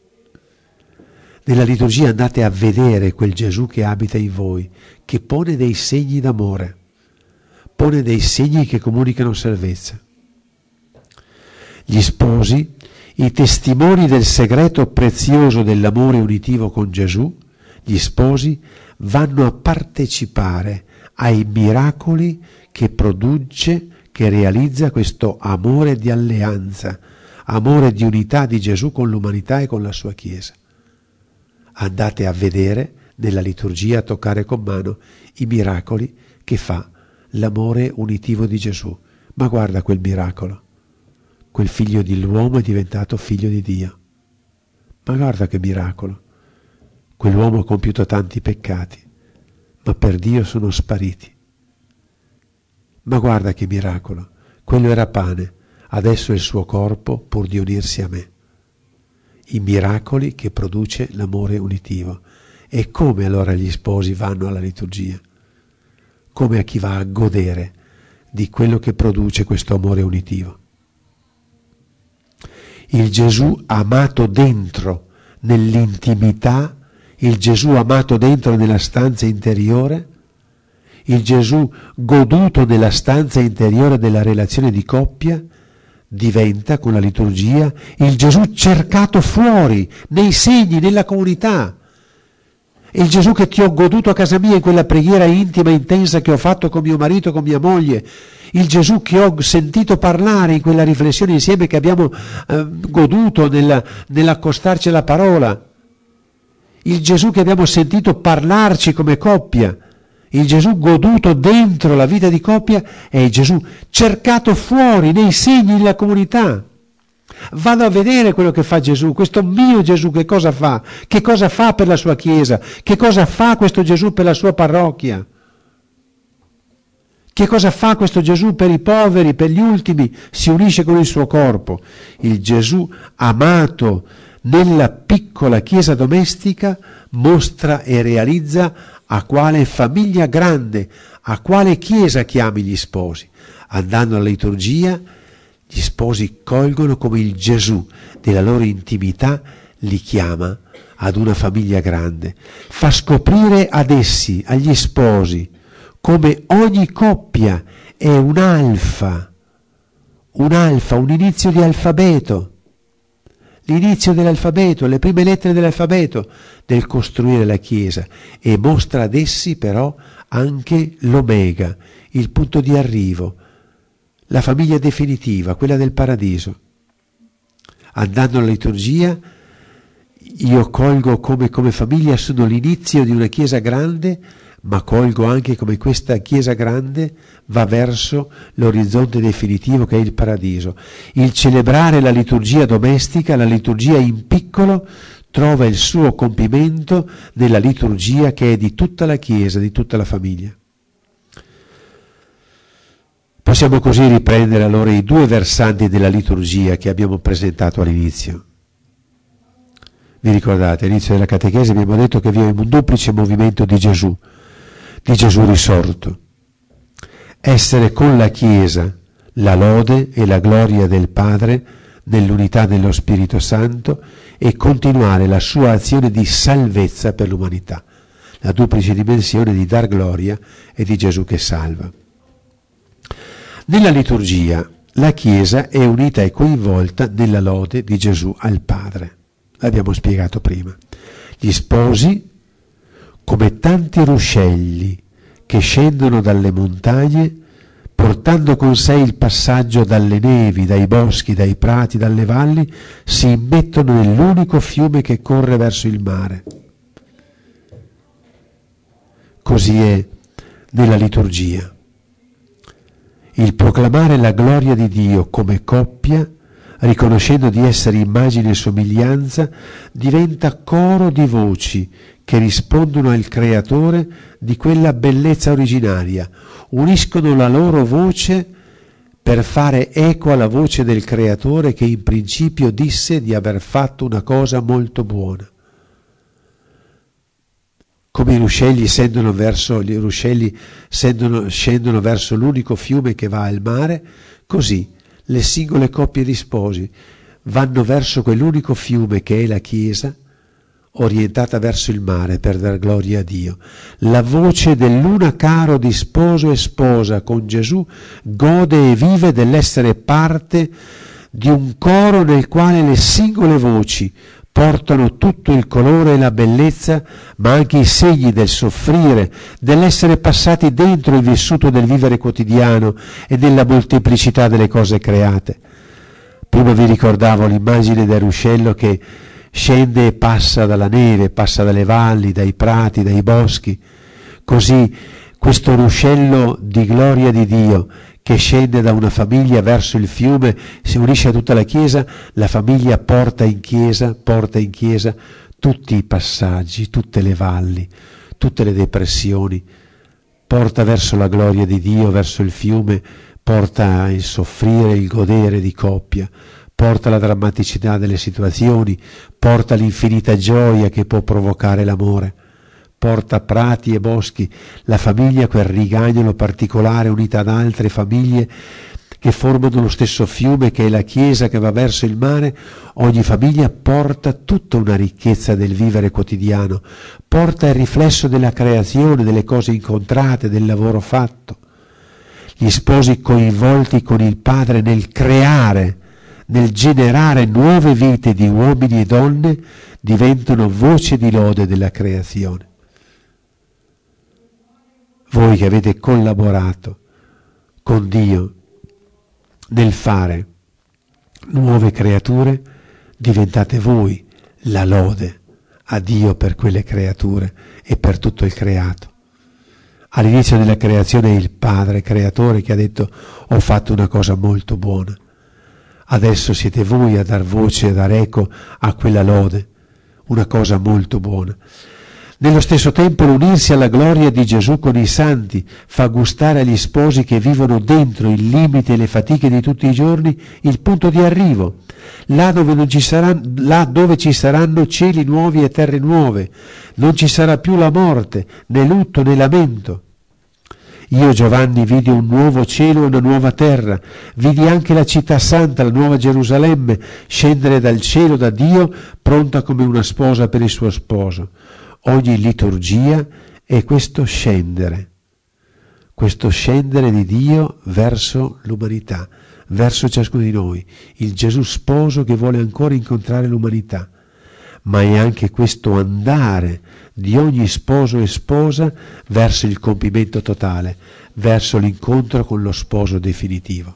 Nella liturgia andate a vedere quel Gesù che abita in voi, che pone dei segni d'amore, pone dei segni che comunicano salvezza. Gli sposi, i testimoni del segreto prezioso dell'amore unitivo con Gesù, gli sposi vanno a partecipare ai miracoli che produce, che realizza questo amore di alleanza, amore di unità di Gesù con l'umanità e con la sua Chiesa. Andate a vedere nella liturgia, a toccare con mano i miracoli che fa l'amore unitivo di Gesù. Ma guarda quel miracolo, quel figlio dell'uomo è diventato figlio di Dio. Ma guarda che miracolo, quell'uomo ha compiuto tanti peccati, ma per Dio sono spariti. Ma guarda che miracolo, quello era pane, adesso è il suo corpo pur di unirsi a me. I miracoli che produce l'amore unitivo. E come allora gli sposi vanno alla liturgia? Come a chi va a godere di quello che produce questo amore unitivo. Il Gesù amato dentro, nell'intimità, il Gesù amato dentro nella stanza interiore, il Gesù goduto nella stanza interiore della relazione di coppia, diventa con la liturgia il Gesù cercato fuori, nei segni, nella comunità. Il Gesù che ti ho goduto a casa mia in quella preghiera intima e intensa che ho fatto con mio marito, con mia moglie. Il Gesù che ho sentito parlare in quella riflessione insieme che abbiamo eh, goduto nella, nell'accostarci alla parola. Il Gesù che abbiamo sentito parlarci come coppia. Il Gesù goduto dentro la vita di coppia è il Gesù cercato fuori, nei segni della comunità. Vado a vedere quello che fa Gesù, questo mio Gesù che cosa fa, che cosa fa per la sua Chiesa, che cosa fa questo Gesù per la sua parrocchia, che cosa fa questo Gesù per i poveri, per gli ultimi, si unisce con il suo corpo. Il Gesù amato nella piccola Chiesa domestica mostra e realizza a quale famiglia grande, a quale Chiesa chiami gli sposi. Andando alla liturgia, gli sposi colgono come il Gesù della loro intimità li chiama ad una famiglia grande. Fa scoprire ad essi, agli sposi, come ogni coppia è un alfa, un alfa, un inizio di alfabeto, l'inizio dell'alfabeto, le prime lettere dell'alfabeto del costruire la Chiesa, e mostra ad essi però anche l'omega, il punto di arrivo, la famiglia definitiva, quella del paradiso. Andando alla liturgia, io colgo come, come famiglia sono l'inizio di una Chiesa grande, ma colgo anche come questa Chiesa grande va verso l'orizzonte definitivo che è il paradiso. Il celebrare la liturgia domestica, la liturgia in piccolo, trova il suo compimento nella liturgia che è di tutta la Chiesa, di tutta la famiglia. Possiamo così riprendere allora i due versanti della liturgia che abbiamo presentato all'inizio. Vi ricordate, all'inizio della catechesi abbiamo detto che vi è un duplice movimento di Gesù, di Gesù risorto. Essere con la Chiesa la lode e la gloria del Padre nell'unità dello Spirito Santo e continuare la sua azione di salvezza per l'umanità, la duplice dimensione di dar gloria e di Gesù che salva. Nella liturgia la Chiesa è unita e coinvolta nella lode di Gesù al Padre. L'abbiamo spiegato prima. Gli sposi, come tanti ruscelli che scendono dalle montagne, portando con sé il passaggio dalle nevi, dai boschi, dai prati, dalle valli, si immettono nell'unico fiume che corre verso il mare. Così è nella liturgia. Il proclamare la gloria di Dio come coppia, riconoscendo di essere immagine e somiglianza, diventa coro di voci che rispondono al Creatore di quella bellezza originaria, uniscono la loro voce per fare eco alla voce del Creatore che in principio disse di aver fatto una cosa molto buona. come i ruscelli scendono verso, gli ruscelli scendono, scendono verso l'unico fiume che va al mare, così le singole coppie di sposi vanno verso quell'unico fiume che è la Chiesa, orientata verso il mare per dar gloria a Dio. La voce dell'una caro di sposo e sposa con Gesù gode e vive dell'essere parte di un coro nel quale le singole voci portano tutto il colore e la bellezza, ma anche i segni del soffrire, dell'essere passati dentro il vissuto del vivere quotidiano e della molteplicità delle cose create. Prima vi ricordavo l'immagine del ruscello che scende e passa dalla neve, passa dalle valli, dai prati, dai boschi. Così questo ruscello di gloria di Dio che scende da una famiglia verso il fiume, si unisce a tutta la Chiesa, la famiglia porta in Chiesa, porta in Chiesa tutti i passaggi, tutte le valli, tutte le depressioni, porta verso la gloria di Dio, verso il fiume, porta il soffrire, il godere di coppia, porta la drammaticità delle situazioni, porta l'infinita gioia che può provocare l'amore, porta prati e boschi, la famiglia, quel rigagnolo particolare unita ad altre famiglie che formano lo stesso fiume che è la Chiesa che va verso il mare. Ogni famiglia porta tutta una ricchezza del vivere quotidiano, porta il riflesso della creazione, delle cose incontrate, del lavoro fatto. Gli sposi coinvolti con il Padre nel creare, nel generare nuove vite di uomini e donne, diventano voce di lode della creazione. Voi che avete collaborato con Dio nel fare nuove creature, diventate voi la lode a Dio per quelle creature e per tutto il creato. All'inizio della creazione è il Padre creatore che ha detto: ho fatto una cosa molto buona. Adesso siete voi a dar voce, a dar eco a quella lode, una cosa molto buona. Nello stesso tempo l'unirsi alla gloria di Gesù con i santi fa gustare agli sposi che vivono dentro il limite e le fatiche di tutti i giorni il punto di arrivo, là dove, non ci saranno, là dove ci saranno cieli nuovi e terre nuove, non ci sarà più la morte, né lutto né lamento. Io, Giovanni, vidi un nuovo cielo e una nuova terra, vidi anche la città santa, la nuova Gerusalemme, scendere dal cielo da Dio, pronta come una sposa per il suo sposo. Ogni liturgia è questo scendere, questo scendere di Dio verso l'umanità, verso ciascuno di noi, il Gesù sposo che vuole ancora incontrare l'umanità, ma è anche questo andare di ogni sposo e sposa verso il compimento totale, verso l'incontro con lo sposo definitivo.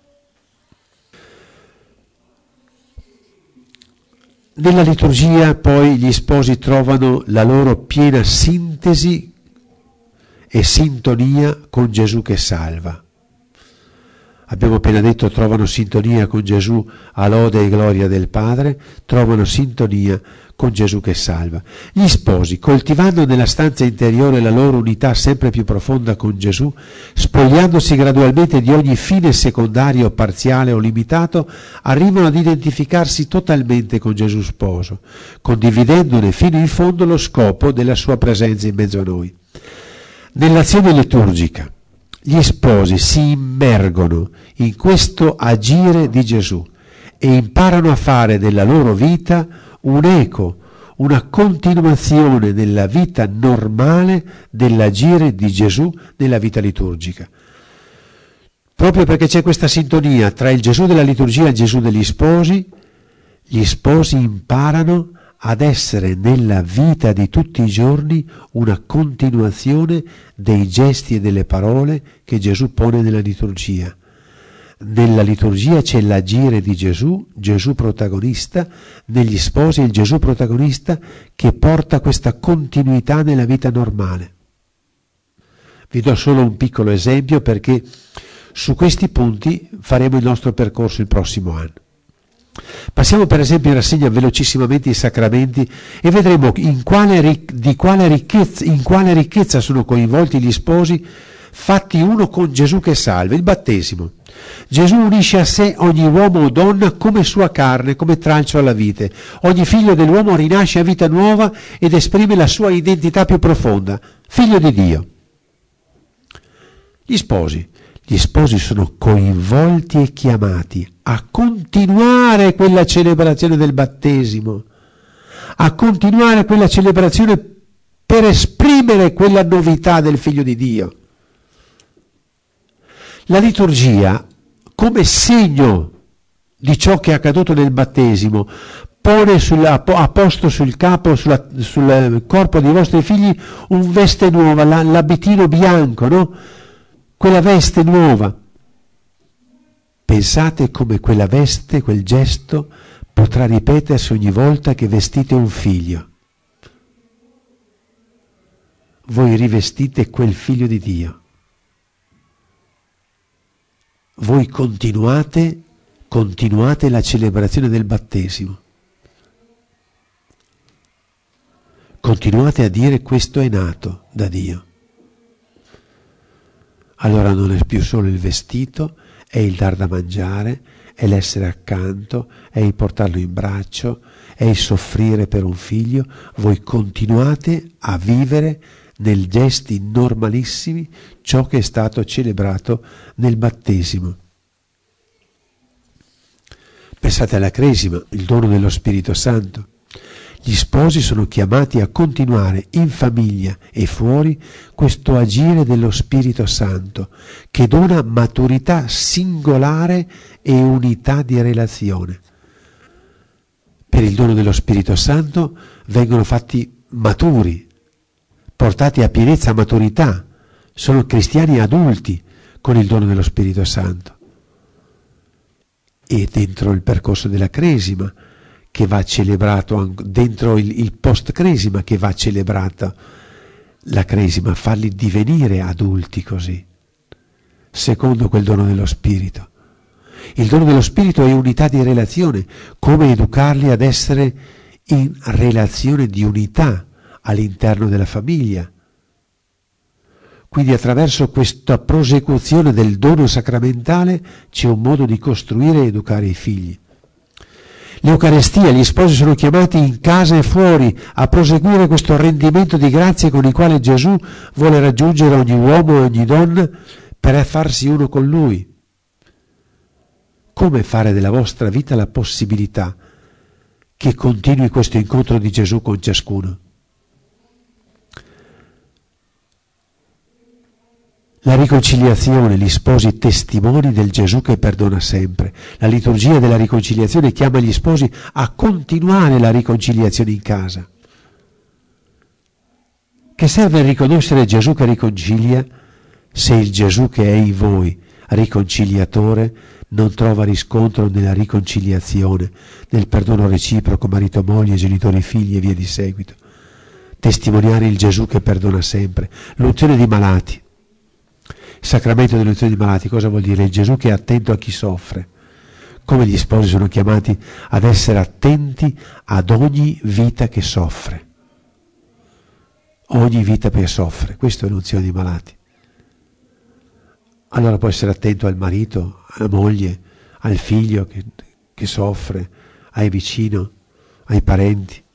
Nella liturgia poi gli sposi trovano la loro piena sintesi e sintonia con Gesù che salva. Abbiamo appena detto, trovano sintonia con Gesù a lode e gloria del Padre, trovano sintonia con Gesù che salva. Gli sposi, coltivando nella stanza interiore la loro unità sempre più profonda con Gesù, spogliandosi gradualmente di ogni fine secondario, parziale o limitato, arrivano ad identificarsi totalmente con Gesù sposo, condividendone fino in fondo lo scopo della sua presenza in mezzo a noi. Nell'azione liturgica, gli sposi si immergono in questo agire di Gesù e imparano a fare della loro vita un eco, una continuazione della vita normale dell'agire di Gesù nella vita liturgica. Proprio perché c'è questa sintonia tra il Gesù della liturgia e il Gesù degli sposi, gli sposi imparano ad essere nella vita di tutti i giorni una continuazione dei gesti e delle parole che Gesù pone nella liturgia. Nella liturgia c'è l'agire di Gesù, Gesù protagonista, negli sposi il Gesù protagonista che porta questa continuità nella vita normale. Vi do solo un piccolo esempio perché su questi punti faremo il nostro percorso il prossimo anno. Passiamo per esempio in rassegna velocissimamente i sacramenti e vedremo in quale, di quale ricchezza, in quale ricchezza sono coinvolti gli sposi fatti uno con Gesù che salva, il battesimo. Gesù unisce a sé ogni uomo o donna come sua carne, come tralcio alla vite. Ogni figlio dell'uomo rinasce a vita nuova ed esprime la sua identità più profonda, figlio di Dio. Gli sposi. Gli sposi sono coinvolti e chiamati a continuare quella celebrazione del battesimo, a continuare quella celebrazione per esprimere quella novità del Figlio di Dio. La liturgia, come segno di ciò che è accaduto nel battesimo, pone sulla, ha posto sul capo, sulla, sul corpo dei vostri figli un veste nuova, la, l'abitino bianco, no? Quella veste nuova. Pensate come quella veste, quel gesto, potrà ripetersi ogni volta che vestite un figlio. Voi rivestite quel Figlio di Dio. Voi continuate, continuate la celebrazione del battesimo. Continuate a dire: questo è nato da Dio. Allora non è più solo il vestito, è il dar da mangiare, è l'essere accanto, è il portarlo in braccio, è il soffrire per un figlio. Voi continuate a vivere nei gesti normalissimi ciò che è stato celebrato nel battesimo. Pensate alla cresima, il dono dello Spirito Santo. Gli sposi sono chiamati a continuare in famiglia e fuori questo agire dello Spirito Santo che dona maturità singolare e unità di relazione. Per il dono dello Spirito Santo vengono fatti maturi, portati a pienezza, a maturità. Sono cristiani adulti con il dono dello Spirito Santo. E dentro il percorso della cresima, che va celebrato, dentro il, il post-cresima che va celebrata la cresima, farli divenire adulti così, secondo quel dono dello Spirito. Il dono dello Spirito è unità di relazione, come educarli ad essere in relazione di unità all'interno della famiglia. Quindi attraverso questa prosecuzione del dono sacramentale c'è un modo di costruire e educare i figli. L'Eucarestia, gli sposi sono chiamati in casa e fuori a proseguire questo rendimento di grazie con il quale Gesù vuole raggiungere ogni uomo e ogni donna per farsi uno con Lui. Come fare della vostra vita la possibilità che continui questo incontro di Gesù con ciascuno? La riconciliazione, gli sposi testimoni del Gesù che perdona sempre. La liturgia della riconciliazione chiama gli sposi a continuare la riconciliazione in casa. Che serve riconoscere Gesù che riconcilia se il Gesù che è in voi, riconciliatore, non trova riscontro nella riconciliazione, nel perdono reciproco, marito, moglie, genitori, figli e via di seguito. Testimoniare il Gesù che perdona sempre. L'unzione di malati. Il sacramento dell'unzione di malati cosa vuol dire? Il Gesù che è attento a chi soffre. Come gli sposi sono chiamati ad essere attenti ad ogni vita che soffre. Ogni vita che soffre. Questa è l'unzione di malati. Allora può essere attento al marito, alla moglie, al figlio che, che soffre, ai vicini, ai parenti.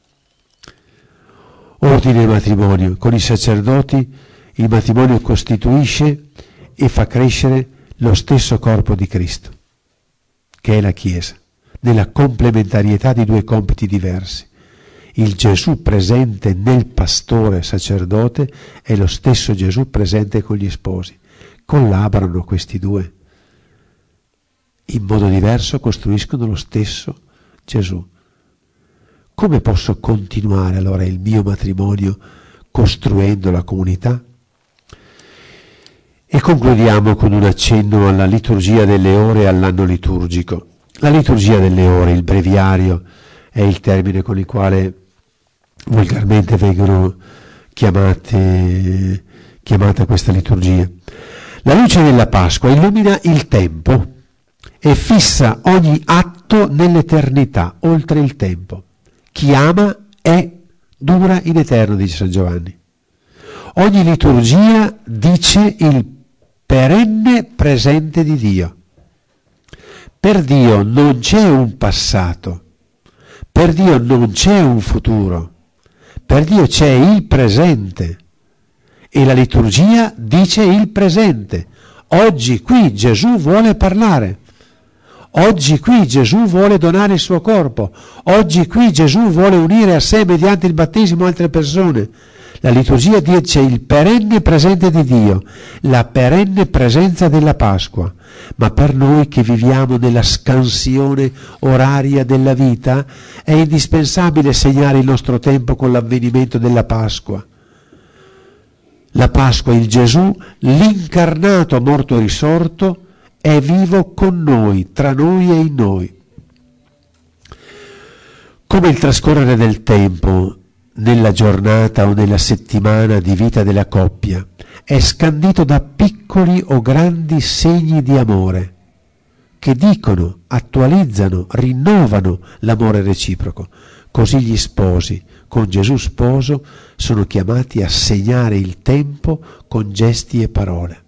Ordine del matrimonio. Con i sacerdoti il matrimonio costituisce e fa crescere lo stesso corpo di Cristo, che è la Chiesa, nella complementarietà di due compiti diversi. Il Gesù presente nel pastore sacerdote è lo stesso Gesù presente con gli sposi. Collaborano questi due. In modo diverso costruiscono lo stesso Gesù. Come posso continuare allora il mio matrimonio costruendo la comunità? E concludiamo con un accenno alla liturgia delle ore e all'anno liturgico. La liturgia delle ore, il breviario, è il termine con il quale volgarmente vengono chiamate, chiamata questa liturgia. La luce della Pasqua illumina il tempo e fissa ogni atto nell'eternità, oltre il tempo. Chi ama è dura in eterno, dice San Giovanni. Ogni liturgia dice il perenne presente di Dio. Per Dio non c'è un passato, per Dio non c'è un futuro, per Dio c'è il presente e la liturgia dice il presente. Oggi qui Gesù vuole parlare, oggi qui Gesù vuole donare il suo corpo, oggi qui Gesù vuole unire a sé mediante il battesimo altre persone. La liturgia dice il perenne presente di Dio, la perenne presenza della Pasqua, ma per noi che viviamo nella scansione oraria della vita è indispensabile segnare il nostro tempo con l'avvenimento della Pasqua. La Pasqua, il Gesù, l'incarnato morto e risorto, è vivo con noi, tra noi e in noi. Come il trascorrere del tempo nella giornata o nella settimana di vita della coppia è scandito da piccoli o grandi segni di amore che dicono, attualizzano, rinnovano l'amore reciproco, così gli sposi con Gesù sposo sono chiamati a segnare il tempo con gesti e parole.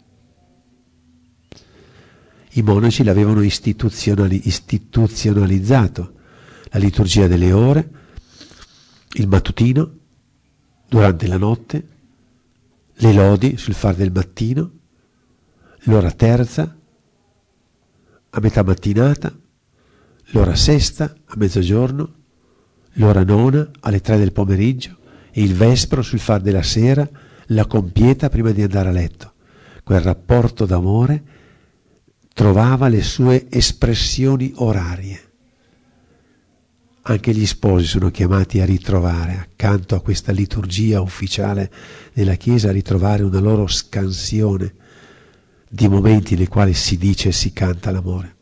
I monaci l'avevano istituzionali- istituzionalizzato, la liturgia delle ore, il mattutino, durante la notte, le lodi sul far del mattino, l'ora terza, a metà mattinata, l'ora sesta, a mezzogiorno, l'ora nona, alle tre del pomeriggio, e il vespro sul far della sera, la compieta prima di andare a letto. Quel rapporto d'amore trovava le sue espressioni orarie. Anche gli sposi sono chiamati a ritrovare, accanto a questa liturgia ufficiale della Chiesa, a ritrovare una loro scansione di momenti nei quali si dice e si canta l'amore.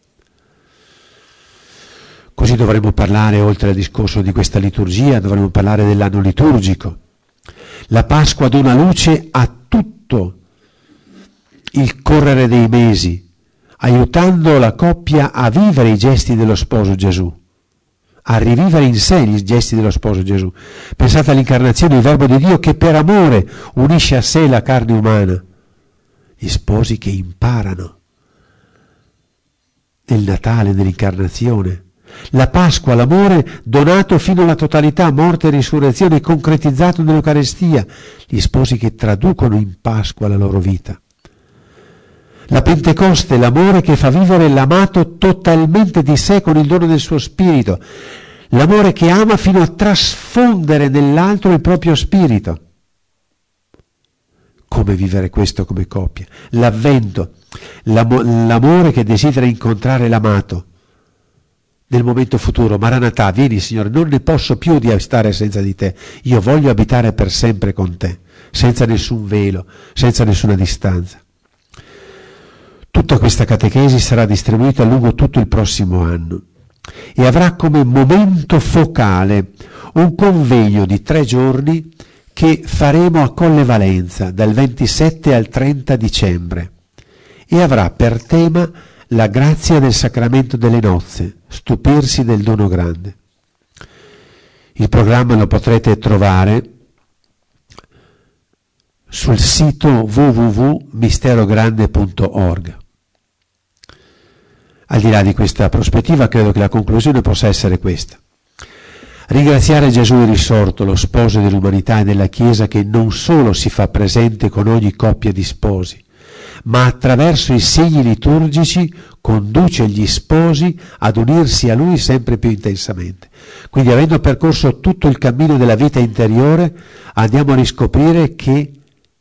Così dovremmo parlare, oltre al discorso di questa liturgia, dovremmo parlare dell'anno liturgico. La Pasqua dona luce a tutto il correre dei mesi, aiutando la coppia a vivere i gesti dello sposo Gesù, a rivivere in sé i gesti dello sposo Gesù. Pensate all'incarnazione, il Verbo di Dio che per amore unisce a sé la carne umana. Gli sposi che imparano nel Natale, nell'incarnazione. La Pasqua, l'amore donato fino alla totalità, morte e risurrezione concretizzato nell'Eucarestia. Gli sposi che traducono in Pasqua la loro vita. La Pentecoste, l'amore che fa vivere l'amato totalmente di sé con il dono del suo spirito, l'amore che ama fino a trasfondere nell'altro il proprio spirito. Come vivere questo come coppia? L'Avvento, l'amo- l'amore che desidera incontrare l'amato nel momento futuro. Maranatà, vieni Signore, non ne posso più di stare senza di te, io voglio abitare per sempre con te, senza nessun velo, senza nessuna distanza. Tutta questa catechesi sarà distribuita lungo tutto il prossimo anno e avrà come momento focale un convegno di tre giorni che faremo a Colle Valenza dal ventisette al trenta dicembre e avrà per tema la grazia del sacramento delle nozze, stupirsi del dono grande. Il programma lo potrete trovare sul sito w w w punto misterogrande punto org. Al di là di questa prospettiva, credo che la conclusione possa essere questa. Ringraziare Gesù il risorto, lo sposo dell'umanità e della Chiesa, che non solo si fa presente con ogni coppia di sposi, ma attraverso i segni liturgici conduce gli sposi ad unirsi a Lui sempre più intensamente. Quindi, avendo percorso tutto il cammino della vita interiore, andiamo a riscoprire che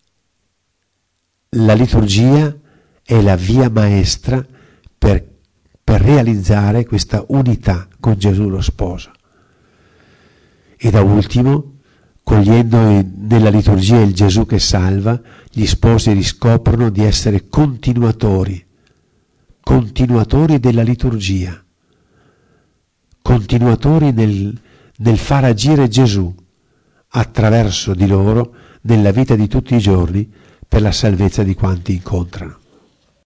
la liturgia è la via maestra per, per realizzare questa unità con Gesù lo sposo. E da ultimo, cogliendo nella liturgia il Gesù che salva, gli sposi riscoprono di essere continuatori, continuatori della liturgia, continuatori nel, nel far agire Gesù attraverso di loro nella vita di tutti i giorni per la salvezza di quanti incontrano.